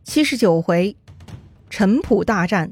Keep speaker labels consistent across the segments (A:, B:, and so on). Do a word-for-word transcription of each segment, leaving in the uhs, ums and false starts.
A: 七十九回，陈浦大战。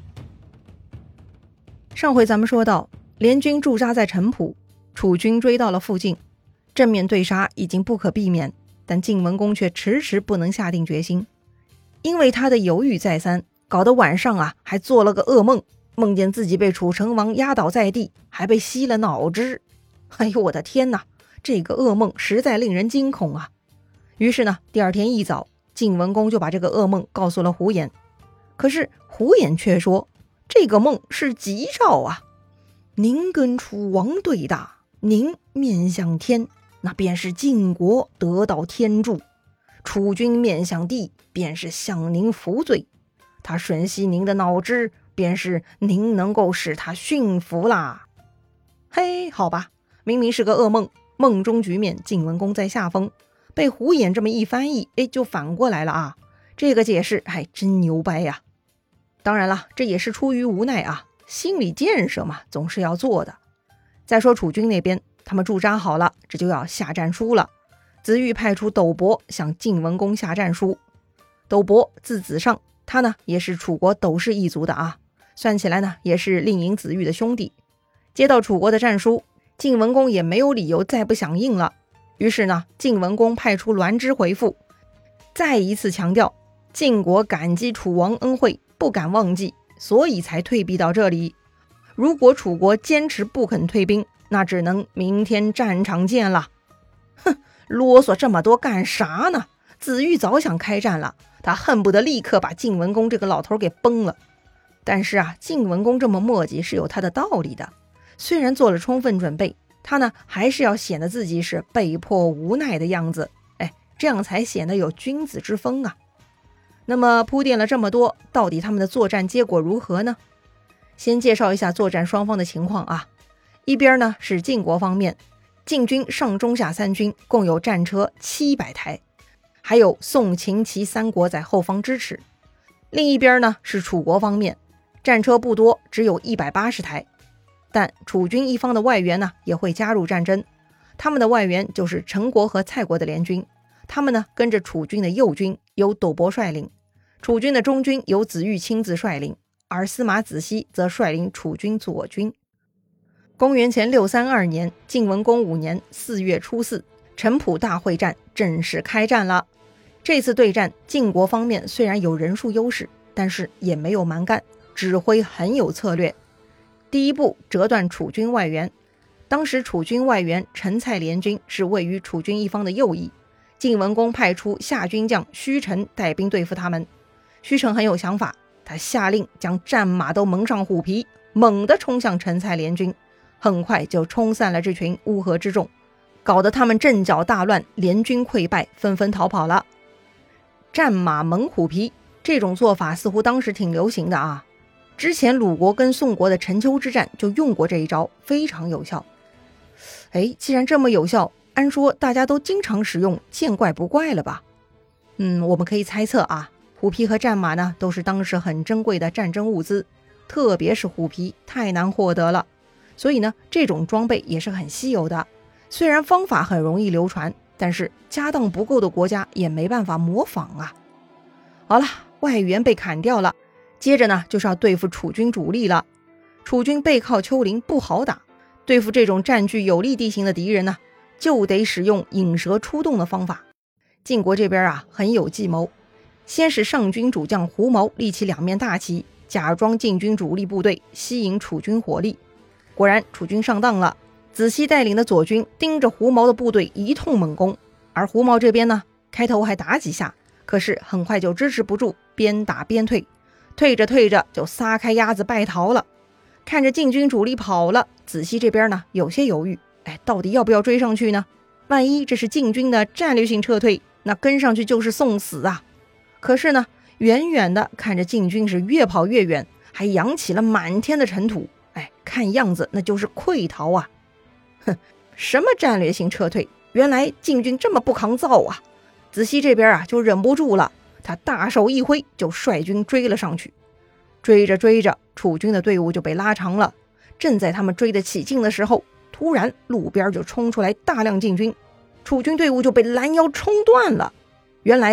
A: 上回咱们说到，联军驻扎在陈浦，楚军追到了附近，正面对杀已经不可避免，但晋文公却迟迟不能下定决心，因为他的犹豫再三，搞得晚上啊还做了个噩梦，梦见自己被楚成王压倒在地，还被吸了脑汁。哎呦我的天哪，这个噩梦实在令人惊恐啊！于是呢，第二天一早，晋文公就把这个噩梦告诉了胡衍。可是胡衍却说，这个梦是吉兆啊，您跟楚王对打，您面向天，那便是晋国得到天助；楚军面向地，便是向您服罪。他吮吸您的脑汁，便是您能够使他驯服啦。嘿，好吧，明明是个噩梦，梦中局面晋文公在下风，被胡衍这么一翻译，哎，就反过来了啊！这个解释还真牛掰呀！当然了，这也是出于无奈啊，心理建设嘛，总是要做的。再说楚军那边，他们驻扎好了，这就要下战书了。子玉派出斗伯向晋文公下战书。斗伯字子上，他呢也是楚国斗氏一族的啊，算起来呢也是令尹子玉的兄弟。接到楚国的战书，晋文公也没有理由再不响应了。于是呢，晋文公派出栾枝回复，再一次强调晋国感激楚王恩惠，不敢忘记，所以才退避到这里。如果楚国坚持不肯退兵，那只能明天战场见了。哼，啰嗦这么多干啥呢？子玉早想开战了，他恨不得立刻把晋文公这个老头给崩了。但是啊，晋文公这么磨叽是有他的道理的，虽然做了充分准备，他呢还是要显得自己是被迫无奈的样子，哎，这样才显得有君子之风啊。那么铺垫了这么多，到底他们的作战结果如何呢？先介绍一下作战双方的情况啊。一边呢是晋国方面，晋军上中下三军共有战车七百台，还有宋秦齐三国在后方支持。另一边呢是楚国方面，战车不多，只有一百八十台。但楚军一方的外援呢也会加入战争，他们的外援就是陈国和蔡国的联军，他们呢跟着楚军的右军由斗伯率领，楚军的中军由子玉亲自率领，而司马子西则率领楚军左军。公元前六三二年，晋文公五年四月初四，陈浦大会战正式开战了。这次对战，晋国方面虽然有人数优势，但是也没有蛮干，指挥很有策略。第一步折断楚军外援，当时楚军外援陈蔡联军是位于楚军一方的右翼，晋文公派出下军将虚陈带兵对付他们。虚陈很有想法，他下令将战马都蒙上虎皮，猛地冲向陈蔡联军，很快就冲散了这群乌合之众，搞得他们阵脚大乱，联军溃败，纷纷逃跑了。战马蒙虎皮这种做法似乎当时挺流行的啊，之前鲁国跟宋国的陈丘之战就用过这一招，非常有效。哎，既然这么有效，按说大家都经常使用，见怪不怪了吧？嗯，我们可以猜测啊，虎皮和战马呢都是当时很珍贵的战争物资，特别是虎皮太难获得了，所以呢这种装备也是很稀有的。虽然方法很容易流传，但是家当不够的国家也没办法模仿啊。好了，外援被砍掉了，接着呢就是要对付楚军主力了。楚军背靠丘陵不好打，对付这种占据有利地形的敌人呢，就得使用引蛇出洞的方法。晋国这边啊很有计谋，先是上军主将胡毛立起两面大旗，假装晋军主力部队，吸引楚军火力。果然楚军上当了，子西带领的左军盯着胡毛的部队一通猛攻，而胡毛这边呢开头还打几下，可是很快就支持不住，边打边退，退着退着就撒开鸭子败逃了。看着晋军主力跑了，子西这边呢有些犹豫，哎，到底要不要追上去呢？万一这是晋军的战略性撤退，那跟上去就是送死啊。可是呢，远远的看着晋军是越跑越远，还扬起了满天的尘土，哎，看样子那就是溃逃啊。哼，什么战略性撤退？原来晋军这么不抗造啊！子西这边啊就忍不住了，他大手一挥就率军追了上去。追着追着，楚军的队伍就被拉长了。正在他们追得起劲的时候，突然路边就冲出来大量晋军，楚军队伍就被拦腰冲断了。原来啊，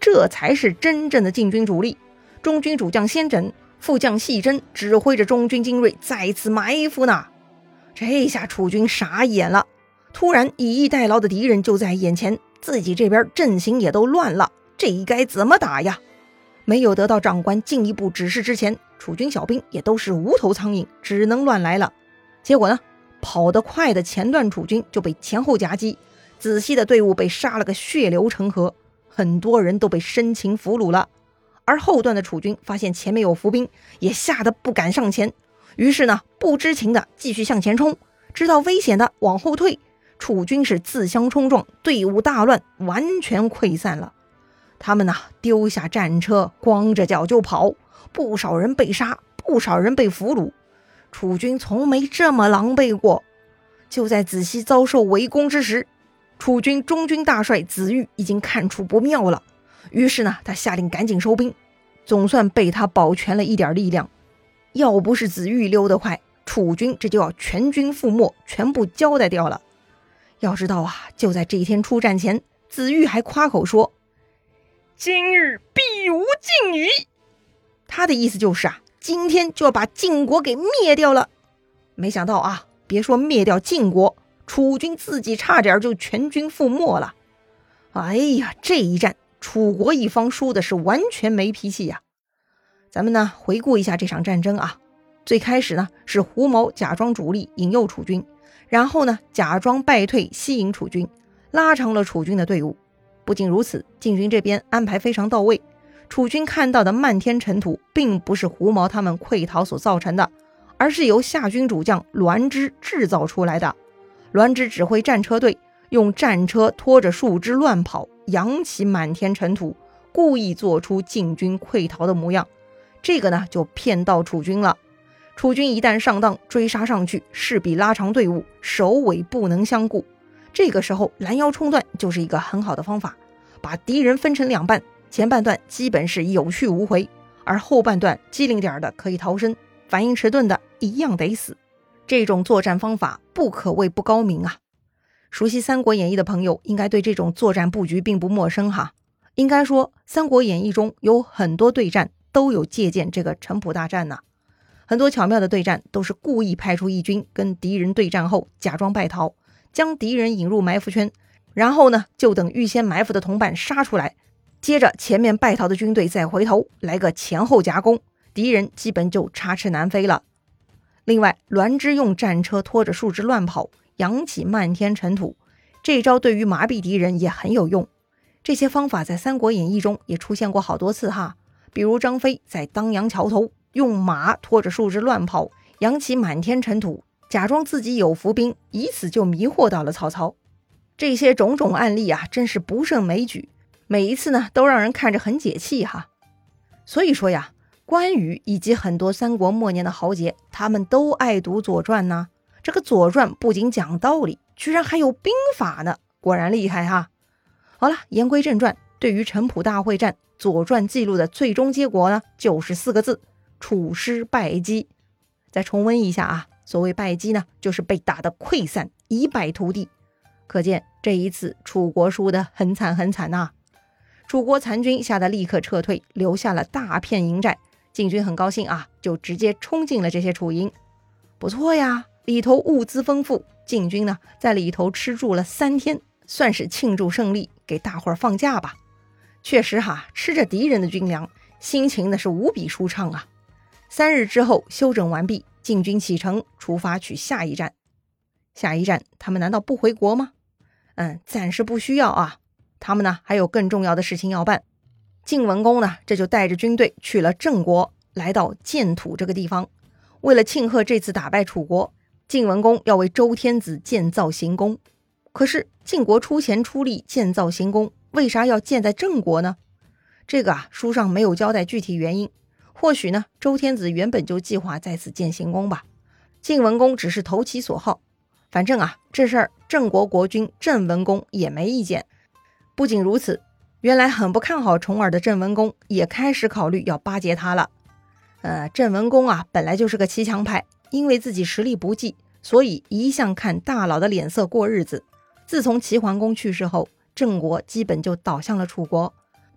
A: 这才是真正的禁军主力。中军主将先轸、副将细珍指挥着中军精锐再次埋伏呢。这下楚军傻眼了，突然以逸待劳的敌人就在眼前，自己这边阵型也都乱了，这该怎么打呀？没有得到长官进一步指示之前，楚军小兵也都是无头苍蝇，只能乱来了。结果呢，跑得快的前段楚军就被前后夹击，子细的队伍被杀了个血流成河，很多人都被生擒俘虏了。而后段的楚军发现前面有伏兵，也吓得不敢上前，于是呢，不知情的继续向前冲，知道危险的往后退。楚军是自相冲撞，队伍大乱，完全溃散了。他们呢，丢下战车，光着脚就跑，不少人被杀，不少人被俘虏。楚军从没这么狼狈过。就在子西遭受围攻之时，楚军中军大帅子玉已经看出不妙了，于是呢，他下令赶紧收兵，总算被他保全了一点力量。要不是子玉溜得快，楚军这就要全军覆没，全部交代掉了。要知道啊，就在这一天出战前，子玉还夸口说：“今日必无晋矣。”他的意思就是啊，今天就要把晋国给灭掉了。没想到啊，别说灭掉晋国，楚军自己差点就全军覆没了。哎呀，这一战楚国一方输的是完全没脾气呀。咱们呢回顾一下这场战争啊，最开始呢是胡毛假装主力引诱楚军，然后呢假装败退吸引楚军，拉长了楚军的队伍。不仅如此，晋军这边安排非常到位，楚军看到的漫天尘土并不是胡毛他们溃逃所造成的，而是由夏军主将栾枝制造出来的。栾枝指挥战车队，用战车拖着树枝乱跑，扬起满天尘土，故意做出晋军溃逃的模样。这个呢就骗到楚军了。楚军一旦上当，追杀上去势必拉长队伍，首尾不能相顾。这个时候拦腰冲断就是一个很好的方法，把敌人分成两半，前半段基本是有去无回，而后半段机灵点的可以逃生，反应迟钝的一样得死。这种作战方法不可谓不高明啊。熟悉《三国演义》的朋友应该对这种作战布局并不陌生哈。应该说，《三国演义》中有很多对战都有借鉴这个城濮大战呢。很多巧妙的对战都是故意派出义军跟敌人对战后假装败逃，将敌人引入埋伏圈，然后呢就等预先埋伏的同伴杀出来，接着前面败逃的军队再回头来个前后夹攻，敌人基本就插翅难飞了。另外，栾枝用战车拖着树枝乱跑，扬起漫天尘土，这招对于麻痹敌人也很有用。这些方法在《三国演义》中也出现过好多次哈，比如张飞在当阳桥头用马拖着树枝乱跑，扬起满天尘土，假装自己有伏兵，以此就迷惑到了曹操。这些种种案例啊，真是不胜枚举，每一次呢都让人看着很解气哈。所以说呀，关羽以及很多三国末年的豪杰，他们都爱读左传呢。这个左传不仅讲道理，居然还有兵法呢，果然厉害哈。好了，言归正传，对于城濮大会战，左传记录的最终结果呢，就是四个字：楚师败绩。再重温一下啊，所谓败绩呢，就是被打得溃散，一败涂地。可见这一次楚国输得很惨很惨呐、啊。楚国残军吓得立刻撤退，留下了大片营寨。晋军很高兴啊，就直接冲进了这些楚营。不错呀，里头物资丰富，晋军呢在里头吃住了三天，算是庆祝胜利，给大伙儿放假吧。确实哈，吃着敌人的军粮，心情呢是无比舒畅啊。三日之后休整完毕，晋军启程出发去下一站。下一站他们难道不回国吗？嗯，暂时不需要啊。他们呢还有更重要的事情要办。晋文公呢这就带着军队去了郑国，来到建土这个地方。为了庆贺这次打败楚国，晋文公要为周天子建造行宫。可是晋国出钱出力建造行宫，为啥要建在郑国呢？这个啊书上没有交代具体原因，或许呢周天子原本就计划在此建行宫吧，晋文公只是投其所好。反正啊这事儿郑国国君郑文公也没意见。不仅如此，原来很不看好重耳的郑文公也开始考虑要巴结他了。呃，郑文公啊本来就是个骑墙派，因为自己实力不济，所以一向看大佬的脸色过日子。自从齐桓公去世后，郑国基本就倒向了楚国。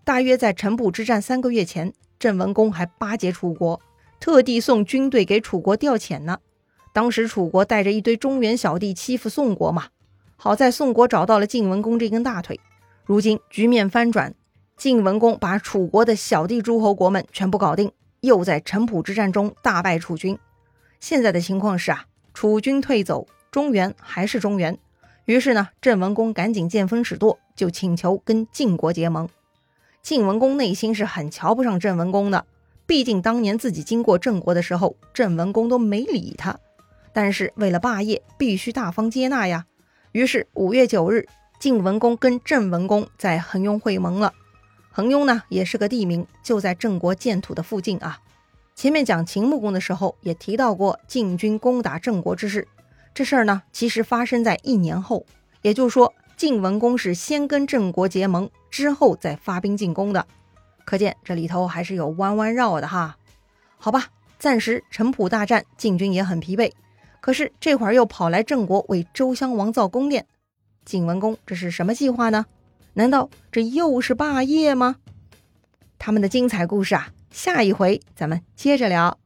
A: 大约在陈埔之战三个月前，郑文公还巴结楚国，特地送军队给楚国调遣呢。当时楚国带着一堆中原小弟欺负宋国嘛，好在宋国找到了晋文公这根大腿。如今局面翻转，晋文公把楚国的小弟诸侯国们全部搞定，又在陈埔之战中大败楚军。现在的情况是啊，楚军退走，中原还是中原。于是呢，郑文公赶紧见风使舵，就请求跟晋国结盟。晋文公内心是很瞧不上郑文公的，毕竟当年自己经过郑国的时候，郑文公都没理他。但是为了霸业，必须大方接纳呀。于是五月九日，晋文公跟郑文公在横雍会盟了。横雍呢，也是个地名，就在郑国建土的附近啊。前面讲秦穆公的时候，也提到过晋军攻打郑国之事。这事儿呢，其实发生在一年后，也就是说，晋文公是先跟郑国结盟，之后再发兵进攻的。可见这里头还是有弯弯绕的哈。好吧，暂时陈埔大战，晋军也很疲惫。可是这会儿又跑来郑国为周襄王造宫殿，晋文公这是什么计划呢？难道这又是霸业吗？他们的精彩故事啊，下一回咱们接着聊。